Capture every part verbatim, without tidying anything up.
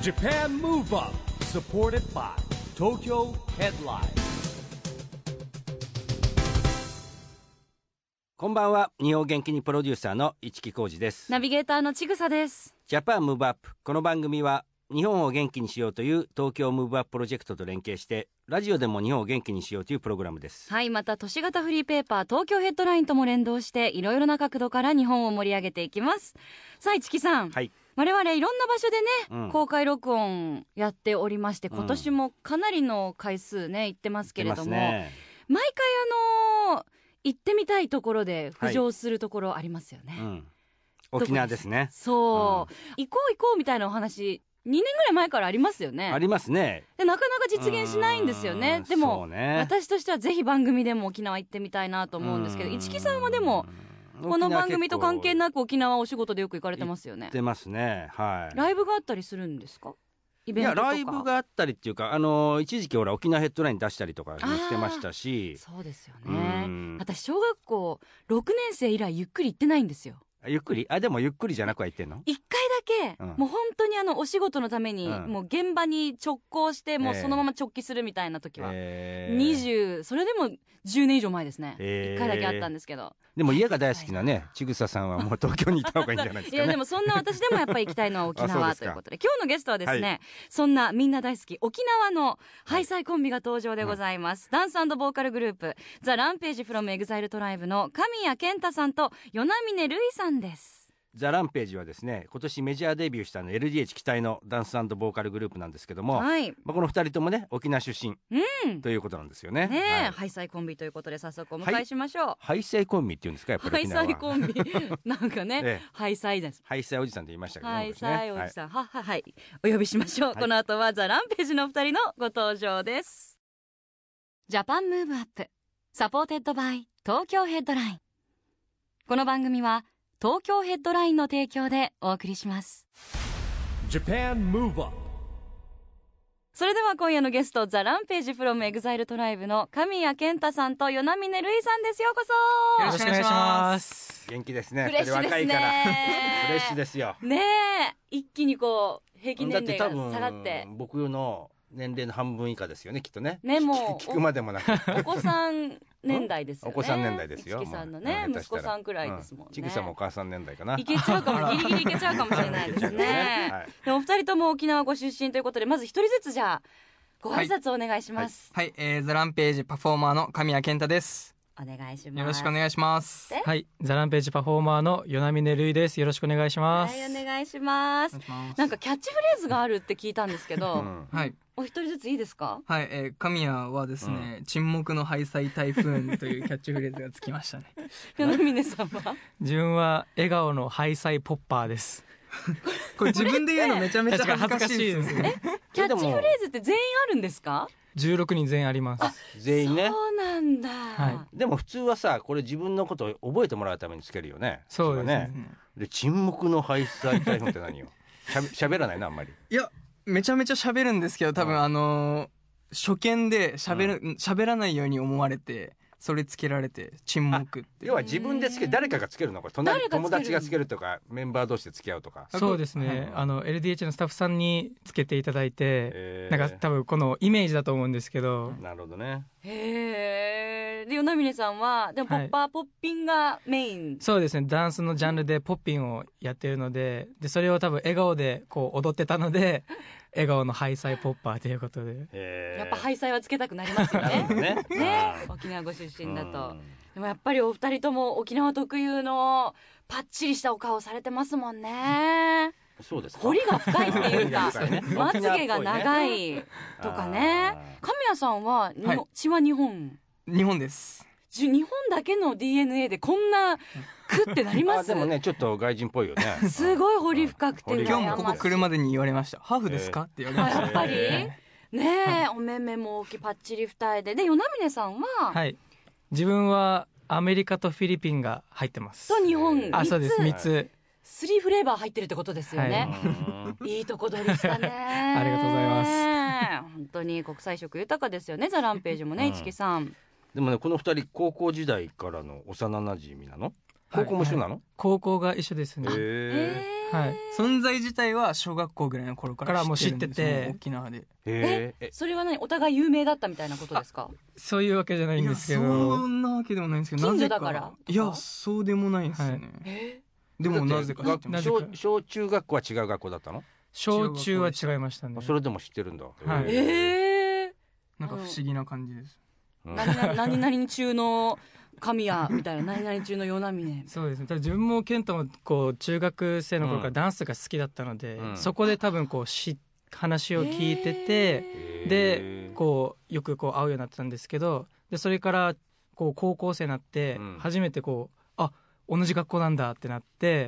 Japan Move Up supported by Tokyo Headline。 こんばんは。日本元気にプロデューサーの市木浩司です。 ナビゲーターのちぐさです。 ジャパンムーブアップ。この番組は日本を元気にしようという東京ムーブアッププロジェクトと連携してラジオでも日本を元気にしようというプログラムです。 はい、また都市型フリーペーパー東京ヘッドラインとも連動していろいろな角度から日本を盛り上げていきます。さあ市木さん、 はい、 我々いろんな場所でね、 うん、 公開録音やっておりまして、今年もかなりの回数ね行ってますけれども、ね、毎回あのー、行ってみたいところで浮上するところありますよね、はい、うん、 沖縄ですね。 そう、うん、行こう行こうみたいなお話にねんぐらい前からありますよね。 ありますね。 でなかなか実現しないんですよね。でも、ね、私としてはぜひ番組でも沖縄行ってみたいなと思うんですけど、市木さんはでもこの番組と関係なく沖縄お仕事でよく行かれてますよね。 行ってますね、はい。 ライブがあったりするんですか？イベントとか。 いやライブがあったりっていうか、あの一時期ほら沖縄ヘッドライン出したりとかしてましたし。 そうですよね。私小学校ろくねん生以来ゆっくり行ってないんですよ。 ゆっくりあでもゆっくりじゃなくは言ってんの？ 一回だけ、うん、もう本当にあのお仕事のために、うん、もう現場に直行してもうそのまま直帰するみたいな時は、えー、にじゅうそれでもじゅうねん以上前ですね、えー、いっかいだけあったんですけど。 でも家が大好きなねちぐささんはもう東京にいた方がいいんじゃないですかね。 いやでもそんな私でもやっぱり行きたいのは沖縄ということで今日のゲストはですね、はい、そんなみんな大好き沖縄のハイサイコンビが登場でございます、うん、ダンス&ボーカルグループザ・ランページフロムエグザイルトライブの神谷健太さんと与那嶺るいさんです。 ザ・ランページはですね今年メジャーデビューしたの エルディーエイチ 期待のダンス&ボーカルグループなんですけども、はい、まあ、このふたりともね沖縄出身、うん、ということなんですよね。 ねえ、はい、ハイサイコンビということで早速お迎えしましょう。はい、 ハイサイコンビっていうんですかやっぱり沖縄は。ハイサイコンビなんかね、ええ、ハイサイです。 ハイサイおじさんって言いましたけどね。 ハイサイおじさん、はい、はははいお呼びしましょう、はい、この後はザ・ランページのふたりのご登場です。ジャパンムーブアップサポーテッドバイ東京ヘッドライン。この番組は東京ヘッドラインの提供でお送りします。 Japan Move Up。 それでは今夜のゲストザ・ランページフロムエグザイルトライブの神谷健太さんと与那嶺るいさんです。ようこそ。 よろしくお願いします。 元気ですね。 フレッシュですね。 若いからフレッシュですよねえ、一気にこう平均年齢が下がって、 僕の年齢の半分以下ですよねきっとね。 ねもう聞くまでもなくお子さん年代ですよね。 お子さん年代ですよ。 市木さんのね、息子さんくらいですもんね。 ちぐさもお母さん年代かな。 いけちゃうかもギリギリいけちゃうかもしれないですね。はい、でもお二人とも沖縄ご出身ということでまず一人ずつじゃあご挨拶お願いします。 はい、はいはい、えー、ザ・ランページパフォーマーの神谷健太です。 お願いします。 よろしくお願いします。 はい、ザ・ランページパフォーマーの与那嶺るいです。よろしくお願いします。 はい、お願いします。なんかキャッチフレーズがあるって聞いたんですけど、うん、はい、お一人ずついいですか？ はい、えー、神谷はですね、うん、沈黙のハイサイ台風というキャッチフレーズがつきましたね。 与那嶺さんは？ 自分は笑顔のハイサイポッパーです。 これ自分で言うのめちゃめちゃ恥ずかしいですね。 キャッチフレーズって全員あるんですか？ じゅうろくにん全員あります。あ、 全員ね。 そうなんだ、 はい、でも普通はさこれ自分のことを覚えてもらうためにつけるよね。 そうですね。 で沈黙のハイサイ台風って何よ。しゃべ、しゃべらないなあんまり。 いやめちゃめちゃ喋るんですけど多分、うん、あのー、初見で喋る、うん、喋らないように思われてそれつけられて沈黙って。 要は自分でつけ誰かがつけるのこれ隣友達がつけるとかメンバー同士で付き合うとか。 そうですね、あの エルディーエイチ のスタッフさんにつけていただいて、えー、なんか多分このイメージだと思うんですけど。 なるほどね。 へえ。で与那嶺さんはでもポッパー、はい、ポッピンがメイン。 そうですね、ダンスのジャンルでポッピンをやってるので、でそれを多分笑顔でこう踊ってたので笑顔のハイサイポッパーということで。 やっぱハイサイはつけたくなりますよね。ねね沖縄ご出身だと。でもやっぱりお二人とも沖縄特有のパッチリしたお顔されてますもんね。 そうですか。 彫りが深いっていうかまつげが長いとかね。神谷さんは、はい、血は日本？ 日本です。 日本だけの ディーエヌエー でこんなクってなります？ あでもねちょっと外人っぽいよね。 すごい彫り深くて今日もここ来るまでに言われました。ハーフですか、えー、って言われました。 やっぱり、えー、ねえ、はい、お目目も大きいパッチリ二重で。で与那嶺さんは、 はい、自分はアメリカとフィリピンが入ってます。 と日本、 あそうですみっつスリーフレーバー入ってるってことですよね。はい、いいとこ取りしたね。 ありがとうございます。 本当に国際色豊かですよねザ・ランページもね、市木さん。 でもねこの二人高校時代からの幼馴染なの？高校も一緒なの？はいはい、 高校が一緒ですね。 へはい、 存在自体は小学校ぐらいの頃から知ってるんです。 からもう知ってて沖縄で。 ええそれは何お互い有名だったみたいなことですか？ そういうわけじゃないんですけど。 そんなわけでもないんですけど、 近所だからいやそうでもないんですよね、はい、でもなぜか知ってます。 小, 小中学校は違う学校だったの？ 小中は違いましたね。 それでも知ってるんだ。 はい、 えー、 なんか不思議な感じです。 何々中の神谷みたいな何々中の与那嶺。 そうですね。自分も健太もこう中学生の頃からダンスが好きだったので、うん、そこで多分こうし話を聞いてて、でこうよくこう会うようになってたんですけど、でそれからこう高校生になって初めてこう、うん、あ同じ学校なんだってなって、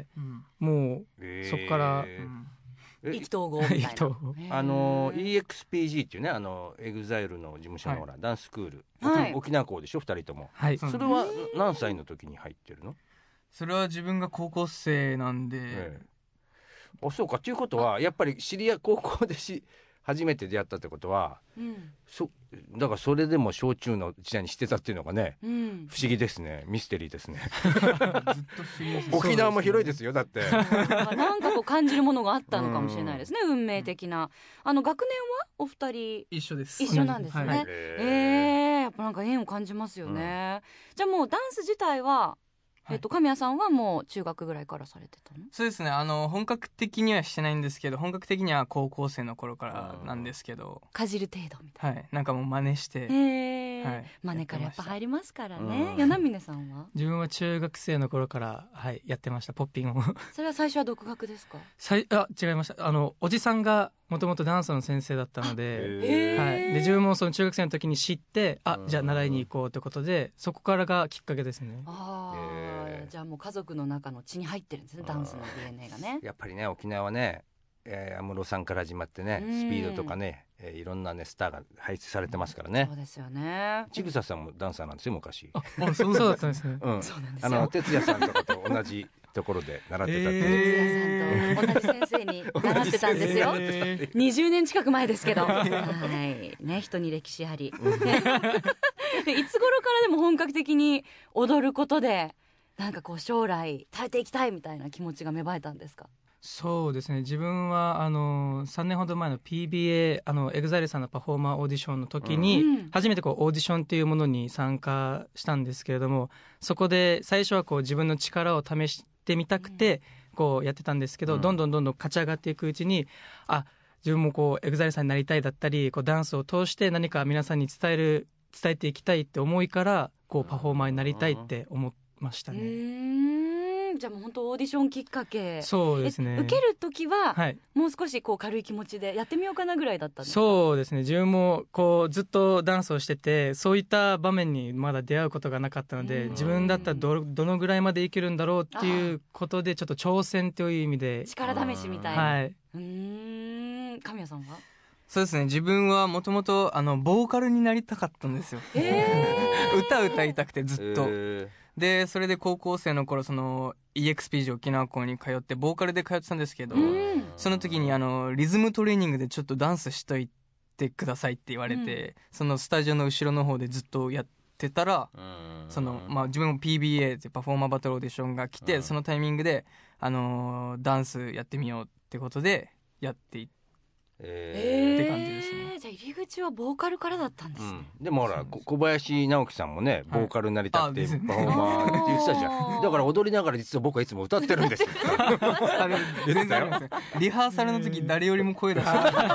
うん、もうそこから、うん意気投合みたいなあの イーエックスピージー っていうね、あのエグザイルの事務所のほら、はい、ダンススクール、はい、沖縄校でしょふたりとも、はい、それは何歳の時に入ってるの？ それは自分が高校生なんで、 ええ、あそうか。ということはやっぱり知り合い高校でし初めて出会ったってことは、うん、そだからそれでも小中の時代にしてたっていうのがね、うん、不思議ですね。ミステリーですね。ずっと不思議です。沖縄も広いですよだって。 なんかこう感じるものがあったのかもしれないですね、運命的な。あの学年はお二人一緒です。 一緒なんですね、はい、えー、やっぱなんか縁を感じますよね、うん、じゃあもうダンス自体はえっと、神谷さんはもう中学ぐらいからされてたの？ そうですね、あの本格的にはしてないんですけど、本格的には高校生の頃からなんですけど、 かじる程度みたいな、 はい、なんかもう真似して、 えーはい、真似からやっぱ入りますからね。与那嶺さんは？ 自分は中学生の頃から、はい、やってました、ポッピンを。 それは最初は独学ですか？ さいあ違いました。あのおじさんがもともとダンスの先生だったので、はい、で自分もその中学生の時に知って、あじゃあ習いに行こうということで、そこからがきっかけですね。 あじゃあもう家族の中の血に入ってるんですね、ダンスの ディーエヌエー がね。 やっぱりね沖縄はね、えー、安室さんから始まってね、スピードとかね、えー、いろんなねスターが輩出されてますからね。 そうですよね。 ちぐささんもダンサーなんですよ昔。 あそうだったんですね。 うん、そうなんですよ。あの哲也さんとかと同じところで習ってたって、 えー、哲也さんと同じ先生に習ってたんですよ。えー、にじゅうねん近く前ですけど、はいね、人に歴史あり。いつ頃からでも本格的に踊ることでなんかこう将来耐えていきたいみたいな気持ちが芽生えたんですか？ そうですね、自分はあのさんねんほど前の ピービーエー あの エグザイル さんのパフォーマーオーディションの時に、うん、初めてこうオーディションというものに参加したんですけれども、そこで最初はこう自分の力を試してみたくてこうやってたんですけど、うん、どんどんどんどん勝ち上がっていくうちに、あ自分もこう エグザイル さんになりたいだったり、こうダンスを通して何か皆さんに伝える伝えていきたいって思いからこうパフォーマーになりたいって思ましたね。うーんじゃあもう本当オーディションきっかけ。 そうですね。 受ける時は、はい、もう少しこう軽い気持ちでやってみようかなぐらいだったんですか？ そうですね、自分もこうずっとダンスをしてて、そういった場面にまだ出会うことがなかったので、自分だったら ど, どのぐらいまでいけるんだろうっていうことで、ちょっと挑戦という意味で力試しみたいな。はい、うーん神谷さんは？ そうですね、自分はもともとボーカルになりたかったんですよ。えー、歌歌いたくてずっと、えー、でそれで高校生の頃その イーエックスピージー 沖縄校に通ってボーカルで通ってたんですけど、その時にあのリズムトレーニングでちょっとダンスしといてくださいって言われて、うん、そのスタジオの後ろの方でずっとやってたら、その、まあ、自分も ピービーエー ってパフォーマーバトルオーディションが来て、そのタイミングで、あのー、ダンスやってみようってことでやっていって、えー、って感じですね。 じゃあ入り口はボーカルからだったんですね、 うん、でもほら小林直樹さんもねボーカルになりたくて、はい、パフォーマーって言ってたじゃん。だから踊りながら実は僕はいつも歌ってるんですよ。 あれ全然ありますね。リハーサルの時誰よりも声出して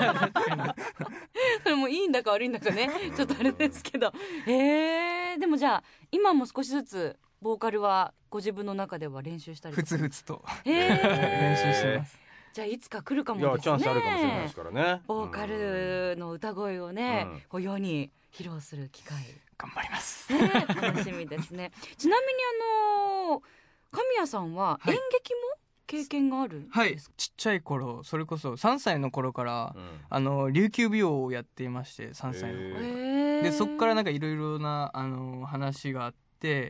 それもいいんだか悪いんだかねちょっとあれですけど、えー、でもじゃあ今も少しずつボーカルはご自分の中では練習したりとか？ ふつふつと、 えー、 練習してます。 じゃあいつか来るかもですね。いやチャンスあるかもしれないですからね。 ボーカルの歌声をね、うん、こう世に披露する機会頑張ります、 ね、楽しみですね。ちなみにあの神谷さんは演劇も経験があるんですか？ はい、ちっちゃい頃、それこそさんさいの頃から、うん、あの琉球舞踊をやっていまして、さんさいの頃で、でそこからなんかいろいろなあの話があって、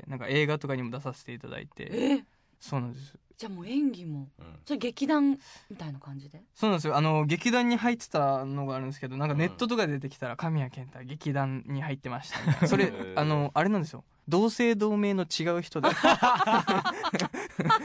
なんか映画とかにも出させていただいて、えそうなんです。 じゃあもう演技も、うん、それ劇団みたいな感じで？ そうなんですよ。あの劇団に入ってたのがあるんですけど、なんかネットとかで出てきたら神谷健太劇団に入ってましたみたいな。それあのあれなんですよ、同姓同名の違う人であ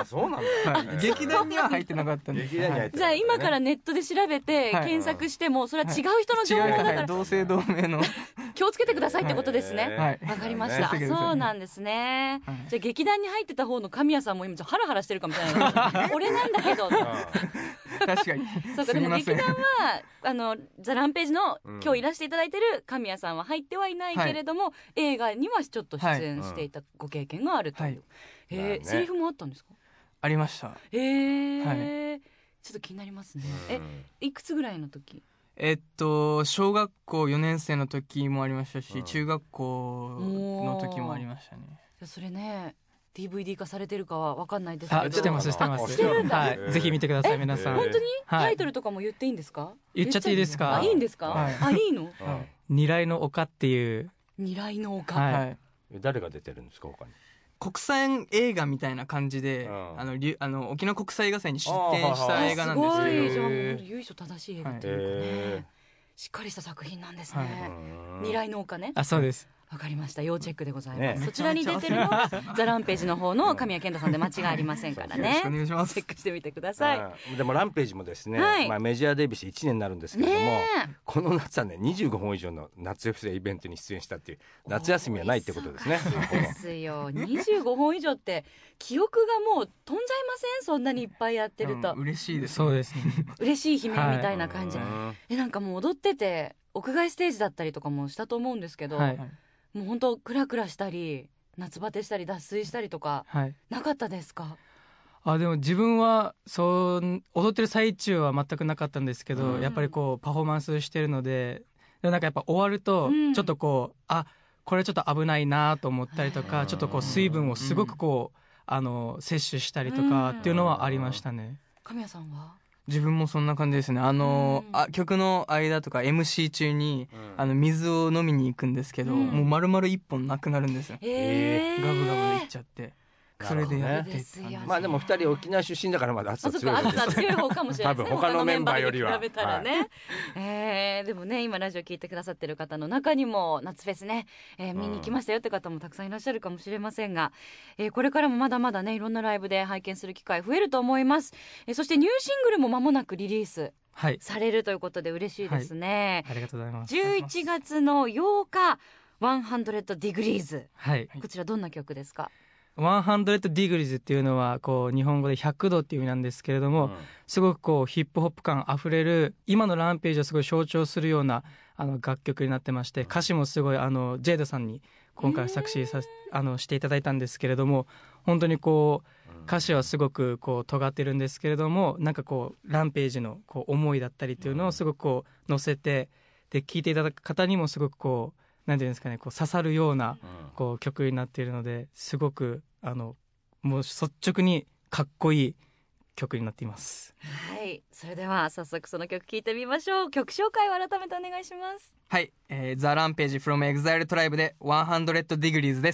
そうなんだ、 はい、劇団には入ってなかったんです。 劇団に入ってじゃあ今からネットで調べて検索してもそれは違う人の情報だから、 はい、同姓同名の気をつけてくださいってことですね。わ、 はい、 かりました、そうなんですね、はい、じゃあ劇団に入ってた方の神谷さんも今ちょっとハラハラしてるかもしれない俺なんだけど確かにそうか、でも劇団はあのザ・ランページの今日いらしていただいてる神谷さんは入ってはいないけれども、はい、映画にはちょっと出演していたご経験があるという、はい、えーね、セリフもあったんですか？ ありました。 えーはい、ちょっと気になりますね。え、いくつぐらいの時？ えっと小学校よねん生の時もありましたし、うん、中学校の時もありましたね。 それね ディーブイディー 化されてるかは分かんないですけど。 あ、してますしてます。 してるんだ、 はい、ぜひ見てください皆さん。 本当に、はい、タイトルとかも言っていいんですか？ 言っちゃっていいですか？ あ、いいんですか？はい、あ、いいの？はい、 二来の丘っていう。 二来の丘、 はい、 誰が出てるんですか他に？ 国際映画みたいな感じで、うん、あのあの沖縄国際映画祭に出展した映画なんですけど、すごい、じゃあ由緒正しい映画っていうかね、しっかりした作品なんですね。はい、二来の丘ね。 あ、そうです。 わかりました。要チェックでございます。ね、そちらに出てるのはザ・ランページの方の神谷健太さんで間違いありませんからね。よろしくお願いします。チェックしてみてください。 でもランページもですね、はい、まあメジャーデビューしていちねんになるんですけれども、この夏はねにじゅうごほん以上の夏フェスイベントに出演したっていう夏休みはないってことですね。 そうですよ。にじゅうごほん以上って記憶がもう飛んじゃいません？そんなにいっぱいやってると。 嬉しいです。 そうですね。 嬉しい悲鳴みたいな感じ。はい、えなんかもう踊ってて屋外ステージだったりとかもしたと思うんですけど。はい、もう本当クラクラしたり夏バテしたり脱水したりとか、はい、なかったですか？ あ、でも自分はそう踊ってる最中は全くなかったんですけど、うん、やっぱりこうパフォーマンスしてるので、でなんかやっぱ終わるとちょっとこう、うん、あこれちょっと危ないなと思ったりとか、うん、ちょっとこう水分をすごくこう、うん、あの摂取したりとかっていうのはありましたね。 神谷さんは？ 自分もそんな感じですね。あの、うん、あ曲の間とか エムシー 中に、うん、あの水を飲みに行くんですけど、うん、もう丸々一本なくなるんですよ。えー、ガブガブいっちゃって。それでやってって感じ。 まあでもふたり沖縄出身だからまだ暑さ強いです。 暑さ強い方かもしれないですね。 多分他のメンバーよりは。 比べたらね。はい、えー、でもね今ラジオ聞いてくださってる方の中にも夏フェスね、えー、見に行きましたよって方もたくさんいらっしゃるかもしれませんが、えー、これからもまだまだねいろんなライブで拝見する機会増えると思います。えー、そしてニューシングルも間もなくリリースされるということで嬉しいですね。 はい、ありがとうございます。 じゅういちがつのようかひゃくディグリーズ、 はい、 こちらどんな曲ですか？ ひゃくディグリーズっていうのはこう日本語でひゃくどっていう意味なんですけれども、うん、すごくこうヒップホップ感あふれる今のランページをすごい象徴するようなあの楽曲になってまして、歌詞もすごいあのジェイドさんに今回作詞さあのしていただいたんですけれども、本当にこう歌詞はすごくこう尖ってるんですけれども、なんかこうランページのこう思いだったりっていうのをすごくこう乗せて、で聴いていただく方にもすごくこうなんていうんですかね、こう刺さるようなこう曲になっているので、すごくあのもう率直にかっこいい曲になっています。 はい、それでは早速その曲聴いてみましょう。曲紹介を改めてお願いします。 はい、えー、ザ・ランページ from EXILE TRIBE でひゃくディグリーズです。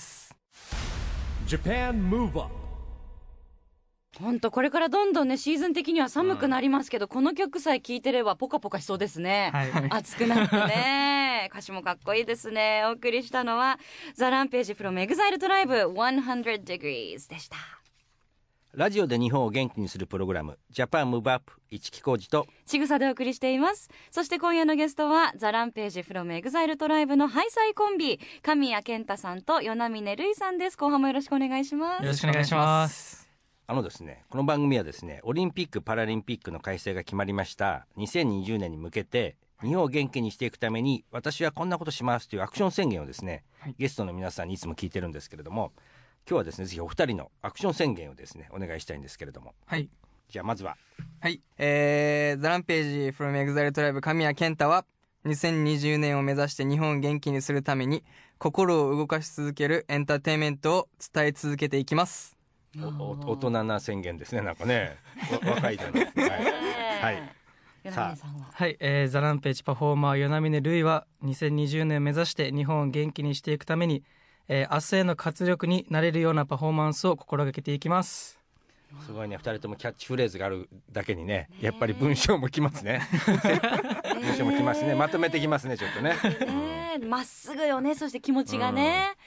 Japan Move Up。 本当これからどんどんねシーズン的には寒くなりますけど、うん、この曲さえ聴いてればポカポカしそうですね。はい、暑くなってね歌詞もかっこいいですね。お送りしたのはザ・ランページ from EXILE TRIBE ひゃくディグリーズでした。 ラジオで日本を元気にするプログラムジャパンムーブアップ、市木浩二とちぐさでお送りしています。そして今夜のゲストはザ・ランページ from EXILE TRIBE のハイサイコンビ神谷健太さんと与那嶺瑠衣さんです。後半もよろしくお願いします。 よろしくお願いします。 あのですね、この番組はですね、オリンピック・パラリンピックの開催が決まりましたにせんにじゅうねんに向けて日本を元気にしていくために私はこんなことしますというアクション宣言をですね、はい、ゲストの皆さんにいつも聞いてるんですけれども、今日はですねぜひお二人のアクション宣言をですねお願いしたいんですけれども。 はい、 じゃあまずははい、えー、ザ・ランページ from EXILE TRIBE 神谷健太はにせんにじゅうねんを目指して日本を元気にするために心を動かし続けるエンターテインメントを伝え続けていきます。 おお大人な宣言ですね。なんかね若いじゃないですか。はい、はいさあはい、えー、ザ・ランページパフォーマー与那嶺瑠衣はにせんにじゅうねんを目指して日本を元気にしていくために、えー、明日への活力になれるようなパフォーマンスを心がけていきます。 すごいね、ふたりともキャッチフレーズがあるだけにね、やっぱり文章もきますね文章もきますね、まとめてきますねちょっとねまっすぐよね、そして気持ちがね、うん、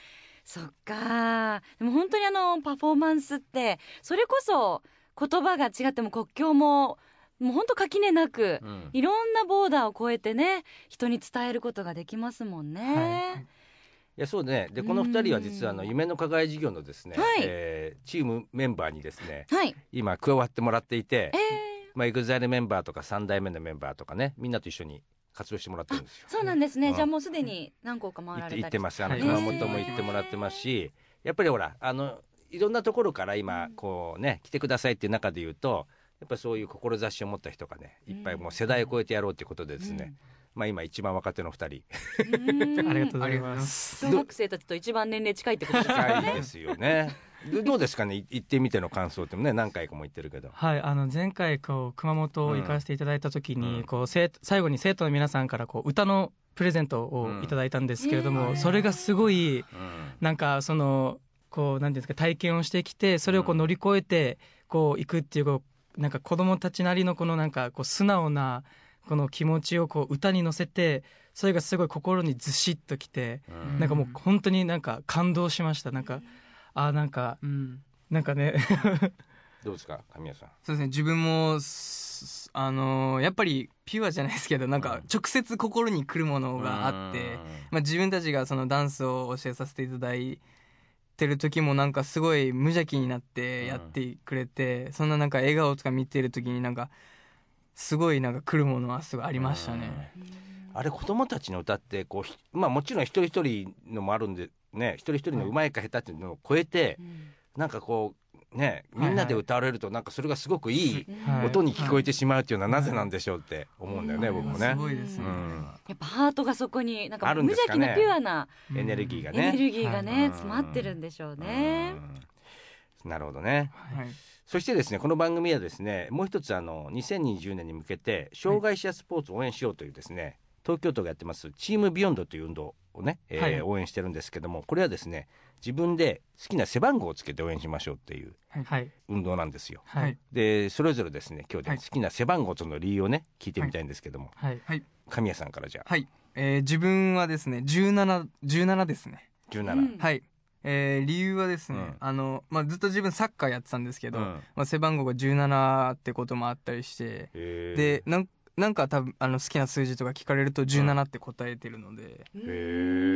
そっか。でも本当にあのパフォーマンスってそれこそ言葉が違っても国境ももう本当垣根なく、うん、いろんなボーダーを越えてね人に伝えることができますもんね、はい、いやそうね。でこのふたりは実はあの夢の輝事業のですね、はい、えー、チームメンバーにですね、はい、今加わってもらっていて、えーまあ、エグザイルメンバーとかさん代目のメンバーとかねみんなと一緒に活動してもらってるんですよ。 そうなんですね、うん、じゃあもうすでに何校か回られたり行ってます。あの熊本も行ってもらってますし、やっぱりほらあのいろんなところから今こうね来てくださいっていう中で言うとやっぱりそういう志を持った人がねいっぱいもう世代を超えてやろうということでですね、うんまあ、今一番若手のふたりありがとうございます。 小学生たちと一番年齢近いってことですよね。 近いですよね。どうですかね行ってみての感想ってもね何回かも言ってるけど、 はい、あの前回こう熊本を行かせていただいた時に、うん、こう生最後に生徒の皆さんからこう歌のプレゼントをいただいたんですけれども、うん、それがすごい、うん、なんかそのこうなんていうんですか体験をしてきてそれをこう乗り越えてこう行くっていうこうなんか子どもたちなりのこのなんかこう素直なこの気持ちをこう歌に乗せてそれがすごい心にずしっときて、うん、なんかもう本当になんか感動しました。なんかあなんか、うん、なんかねどうですか神谷さん。 そうですね自分もあのー、やっぱりピュアじゃないですけどなんか直接心に来るものがあって、うんまあ、自分たちがそのダンスを教えさせていただいてる時もなんかすごい無邪気になってやってくれて、うん、そんななんか笑顔とか見てる時になんかすごいなんか来るものはすごいありましたね、 うん、あれ子供たちの歌ってこう、まあ、もちろん一人一人のもあるんでね一人一人のうまいか下手っていうのを超えて、うん、なんかこうねみんなで歌われるとなんかそれがすごくいい音に聞こえてしまうっていうのはなぜなんでしょうって思うんだよね、はいはい、僕もね。 すごいですね、うん、 やっぱハートがそこになんか無邪気なピュアなエネルギーがねエネルギーがね、はい、詰まってるんでしょうね。 うん、なるほどね、はい、そしてですねこの番組はですねもう一つあのにせんにじゅうねんに向けて障害者スポーツを応援しようというですね東京都がやってますチームビヨンドという運動をね、えーはい、応援してるんですけどもこれはですね自分で好きな背番号をつけて応援しましょうっていう運動なんですよ、はい、でそれぞれですね今日で好きな背番号との理由をね聞いてみたいんですけども、はいはい、神谷さんからじゃあ、 はいえー、自分はですねじゅうなな、じゅうななですね。 じゅうなな、うん、 はいえー、理由はですね、うんあのまあ、ずっと自分サッカーやってたんですけど、うんまあ、背番号がじゅうななってこともあったりしてでなんなんか多分あの好きな数字とか聞かれるとじゅうななって答えてるので、うん、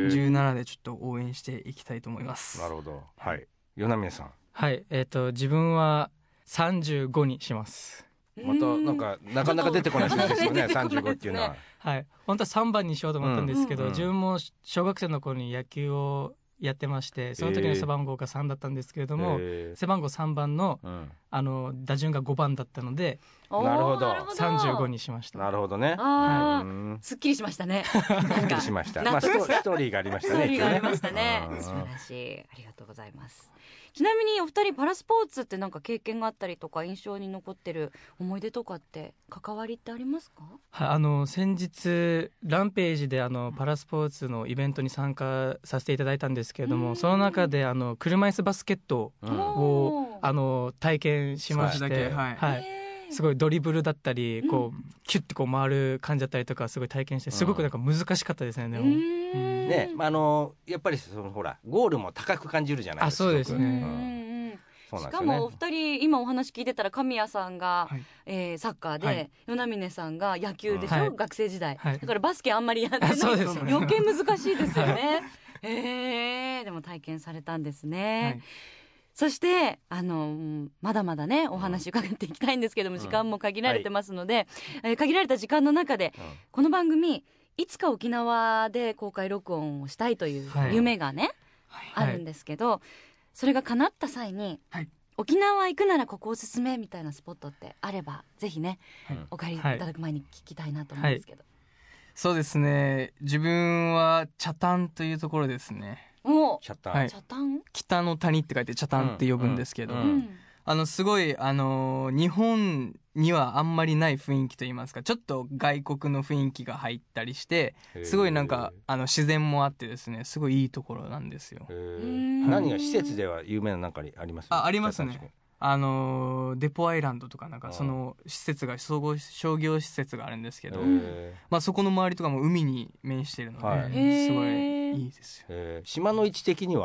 じゅうななでちょっと応援していきたいと思います。 なるほど。はい。与那嶺さん。 はい。えっ、ー、と自分はさんじゅうごにします。 またなんかなかなか出てこない数字ですよね。さんじゅうごっていうのは。 はい。本当はさんばんにしようと思ったんですけど、うんうん、自分も小学生の頃に野球をやってましてその時の背番号がさんだったんですけれども、えー、背番号さんばん の,、うん、あの打順がごばんだったのでなるほどさんじゅうごにしました。 なるほどね。 あ、はい、すっきりしましたね。 すっきりしました、まあ、ス, トストーリーがありましたね。 ストーリーがありましたね。素晴らしい、ありがとうございます。ちなみにお二人パラスポーツってなんか経験があったりとか印象に残ってる思い出とかって関わりってありますか？ はい、あの先日ランページであのパラスポーツのイベントに参加させていただいたんですけれども、その中であの車椅子バスケットをあの体験しまして、はいはい、すごいドリブルだったりこう、うん、キュッてこう回る感じだったりとかすごい体験してすごくなんか難しかったですね。でもね、まあ、あのやっぱりそのほらゴールも高く感じるじゃないですか。 あ、そうですね、 うん、しかもお二人今お話聞いてたら神谷さんが、はいえー、サッカーで、はい、与那嶺さんが野球でしょ、はい、学生時代、はい、だからバスケあんまりやってないので、ね、余計難しいですよね、はいえー、でも体験されたんですね、はい、そしてあのまだまだねお話伺っていきたいんですけども、うん、時間も限られてますので、はいえー、限られた時間の中で、うん、この番組いつか沖縄で公開録音をしたいという夢がね、はい、あるんですけど、はい、それが叶った際に、はい、沖縄行くならここおすすめみたいなスポットってあればぜひね、はい、お借りいただく前に聞きたいなと思うんですけど、はい、 そうですね自分は北谷というところですね。 お北谷、はい、 北の谷って書いて北谷って呼ぶんですけど、うんうんうんあのすごい、あのー、日本にはあんまりない雰囲気といいますかちょっと外国の雰囲気が入ったりしてすごいなんかあの自然もあってですねすごいいいところなんですよ。 何が施設では有名ななんかあります？ あ、ありますね。あのー、デポアイランドとかなんかその施設が総合商業施設があるんですけど、まあ、そこの周りとかも海に面しているので、はい、すごいいいですよ。 島の位置的には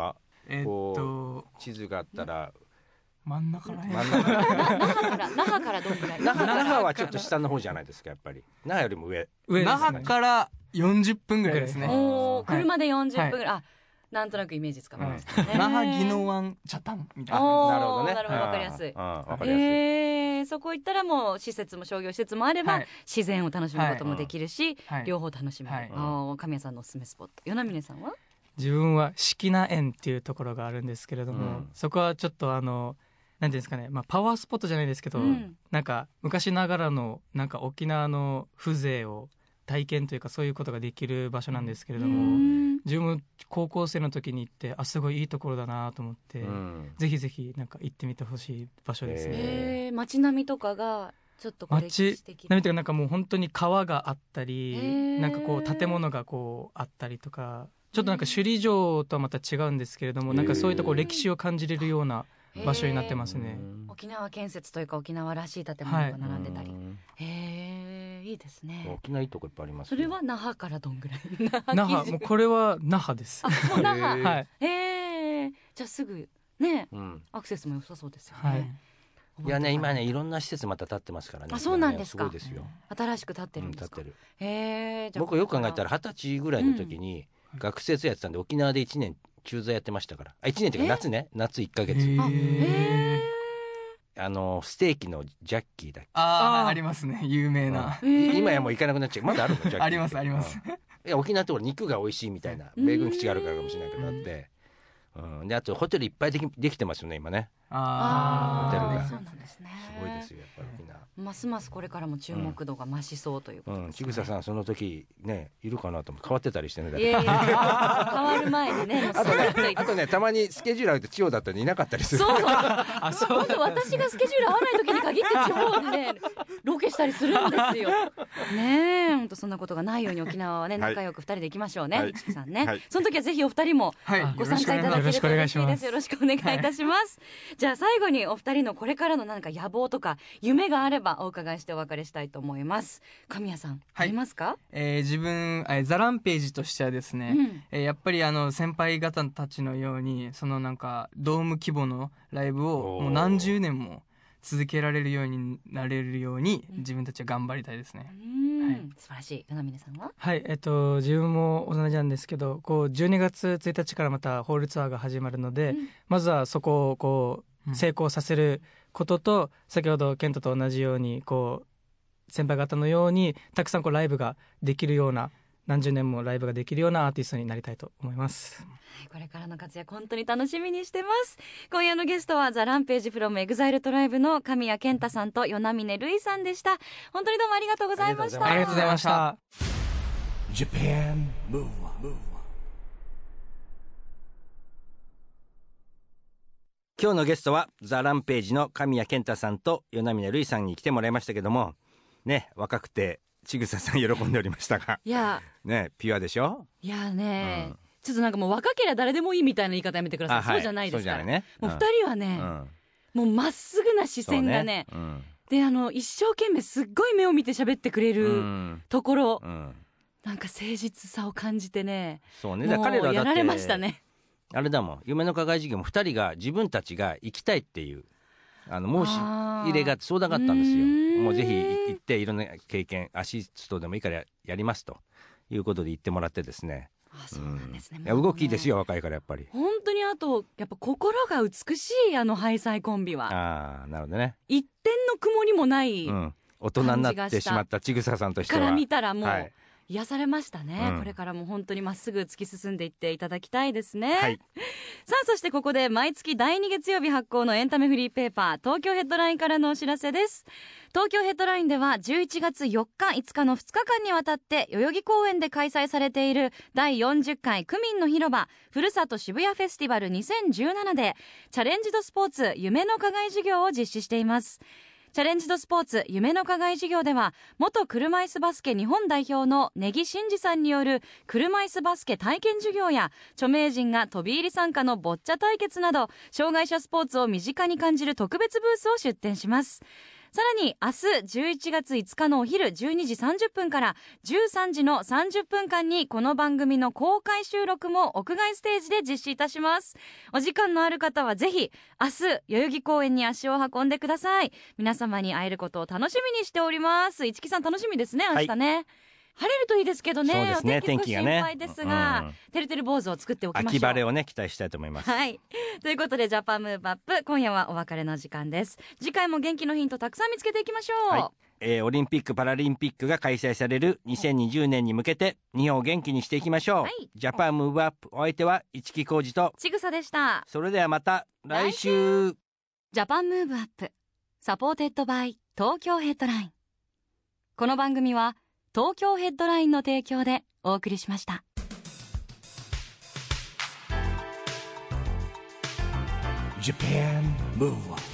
えー、っと地図があったら真ん中らへん。 真ん中那覇から那覇からどんくらい？ 那覇那覇はちょっと下の方じゃないですかやっぱり。那覇よりも上。 上ですね。那覇からよんじゅっぷんぐらいですね。 おー、車でよんじゅっぷんぐらい、 はい、 あ、なんとなくイメージつかめますね。 那覇宜野湾北谷みたいな。 おー、 なるほどね。 なるほど、わかりやすい。 わかりやすい。 えー、そこ行ったらもう施設も商業施設もあれば、はい、自然を楽しむこともできるし、はい、両方楽しめる。はい、あ、神谷さんのおすすめスポット。与那嶺さんは？ 自分は識名園っていうところがあるんですけれども、うん、そこはちょっとあのなんていうんですかね、まあ、パワースポットじゃないですけど、うん、なんか昔ながらのなんか沖縄の風情を体験というかそういうことができる場所なんですけれども、自分も高校生の時に行ってあすごいいいところだなと思って、うん、ぜひぜひなんか行ってみてほしい場所ですね。 えー、街並みとかがちょっとこう歴史的な街並みというかなんかもう本当に川があったり、なんかこう建物がこうあったりとか、ちょっとなんか首里城とはまた違うんですけれども、なんかそういったこう歴史を感じれるような場所になってますね。 沖縄建設というか沖縄らしい建物が並んでたり、はい、へえ、いいですね。 沖縄いいとこいっぱいあります、 ね、それは那覇からどんぐらい？ 那覇、もうこれは那覇です。 あ、もう那覇。 はい。 へえ、じゃあすぐね、うん、アクセスも良さそうですよね。はい。 いやね、今ねいろんな施設また建ってますからね。 あ、そうなんですか。 すごいですよ。 新しく建ってるんですか。 うん、建ってる。 へえ。 僕よく考えたら二十歳ぐらいの時に学生やってたんで、沖縄でいちねん駐在やってましたから。あ、いちねんっていうか夏ね、夏いっかげつ。 へえ。 あのステーキのジャッキーだっけ。 ああ、ありますね、有名な。 うん、今やもう行かなくなっちゃう。まだあるのジャッキー。 ありますあります。 いや沖縄って俺肉が美味しいみたいな米軍基地があるからかもしれないけどあって、うん、であとホテルいっぱいできできてますよね今ね。 ああ、 ホテルがそうなんですね。 すごいですよやっぱり沖縄。 ますますこれからも注目度が増しそうということですね。うん、 ちぐささんその時ねいるかなと思って変わってたりしてね。 いやいや変わる前にね。 あとねあとねたまにスケジュール合うと地方だったらいなかったりする。 そう。あ、そう。今度私がスケジュール合わない時に限って地方でねロケしたりするんですよ。ねえ、本当そんなことがないように沖縄はね仲良くふたりで行きましょうね。ちぐさんね。その時はぜひお二人もご参加いただければ嬉しいです。よろしくお願いいたします。じゃあ最後にお二人のこれからの何か野望とか夢があればお伺いしてお別れしたいと思います。神谷さん、はい、ありますか？ えー、自分、えー、ザランページとしてはですね、うんえー、やっぱりあの先輩方たちのようにそのなんかドーム規模のライブをもう何十年も続けられるようになれるように自分たちは頑張りたいですね。 うん、はい、素晴らしい。与那嶺さんは？ はい、えっと自分も同じなんですけど、こうじゅうにがつついたちからまたホールツアーが始まるので、うん、まずはそこをこう成功させることと、うん、先ほどケントと同じようにこう先輩方のようにたくさんこうライブができるような、何十年もライブができるようなアーティストになりたいと思います。 はい、これからの活躍本当に楽しみにしてます。今夜のゲストはザ・ランページフロムエグザイルトライブの神谷健太さんと与那嶺瑠衣さんでした。本当にどうもありがとうございました。 ありがとうございました。 今日のゲストはザ・ランページの神谷健太さんと与那嶺瑠衣さんに来てもらいましたけどもね、若くてちぐささん喜んでおりましたが、 いやね、ピュアでしょ。 いやね、うん、ちょっとなんかもう若ければ誰でもいいみたいな言い方やめてください。はい、そうじゃないですから。ね、もう二人はね、うん、もうまっすぐな視線が ね, ね、うん、であの一生懸命すっごい目を見て喋ってくれるところ、うんうん、なんか誠実さを感じてね、 そうね、だ彼らだってやられましたね。 あれだもん、夢の課外授業もふたりが自分たちが行きたいっていうあの申し入れが相談があったんですよ。もうぜひ行っていろんな経験アシストでもいいからやりますということで言ってもらってですね。 あ、そうなんですね。 うん、いや動きいいですよ、若いからやっぱり。 本当に、あとやっぱ心が美しい、あのハイサイコンビは。 ああ、なるほどね。 一点の曇りもない、うん、 大人になってしまったちぐささんとしてはから見たらもう、はい、癒されましたね。うん、これからも本当にまっすぐ突き進んでいっていただきたいですね。はい、さあそしてここで毎月だいに月曜日発行のエンタメフリーペーパー東京ヘッドラインからのお知らせです。東京ヘッドラインではじゅういちがつよっかいつかのふつかかんにわたって代々木公園で開催されているだいよんじゅっかい区民の広場ふるさと渋谷フェスティバルにせんじゅうななでチャレンジドスポーツ夢の課外授業を実施しています。チャレンジドスポーツ夢の課外授業では元車いすバスケ日本代表の根木真嗣さんによる車いすバスケ体験授業や著名人が飛び入り参加のボッチャ対決など障害者スポーツを身近に感じる特別ブースを出展します。 さらに明日じゅういちがついつかのお昼じゅうにじさんじゅっぷんからじゅうさんじのさんじゅっぷんかんにこの番組の公開収録も屋外ステージで実施いたします。お時間のある方はぜひ明日代々木公園に足を運んでください。皆様に会えることを楽しみにしております。市木さん楽しみですね、明日ね、はい、晴れるといいですけどね。 そうですね、 お天気天気がね心配ですが、うん、てるてる坊主を作っておきましょう。 秋晴れをね期待したいと思います。 はい、ということでジャパンムーブアップ、今夜はお別れの時間です。次回も元気のヒントたくさん見つけていきましょう。はい、 えー、オリンピックパラリンピックが開催されるにせんにじゅうねんに向けて日本を元気にしていきましょう。はい、ジャパンムーブアップ、お相手は市木浩二とちぐさでした。 それではまた来週。 ジャパンムーブアップサポーテッドバイ東京ヘッドライン。この番組は東京ヘッドラインの提供でお送りしました。 ジャパンムーブアップ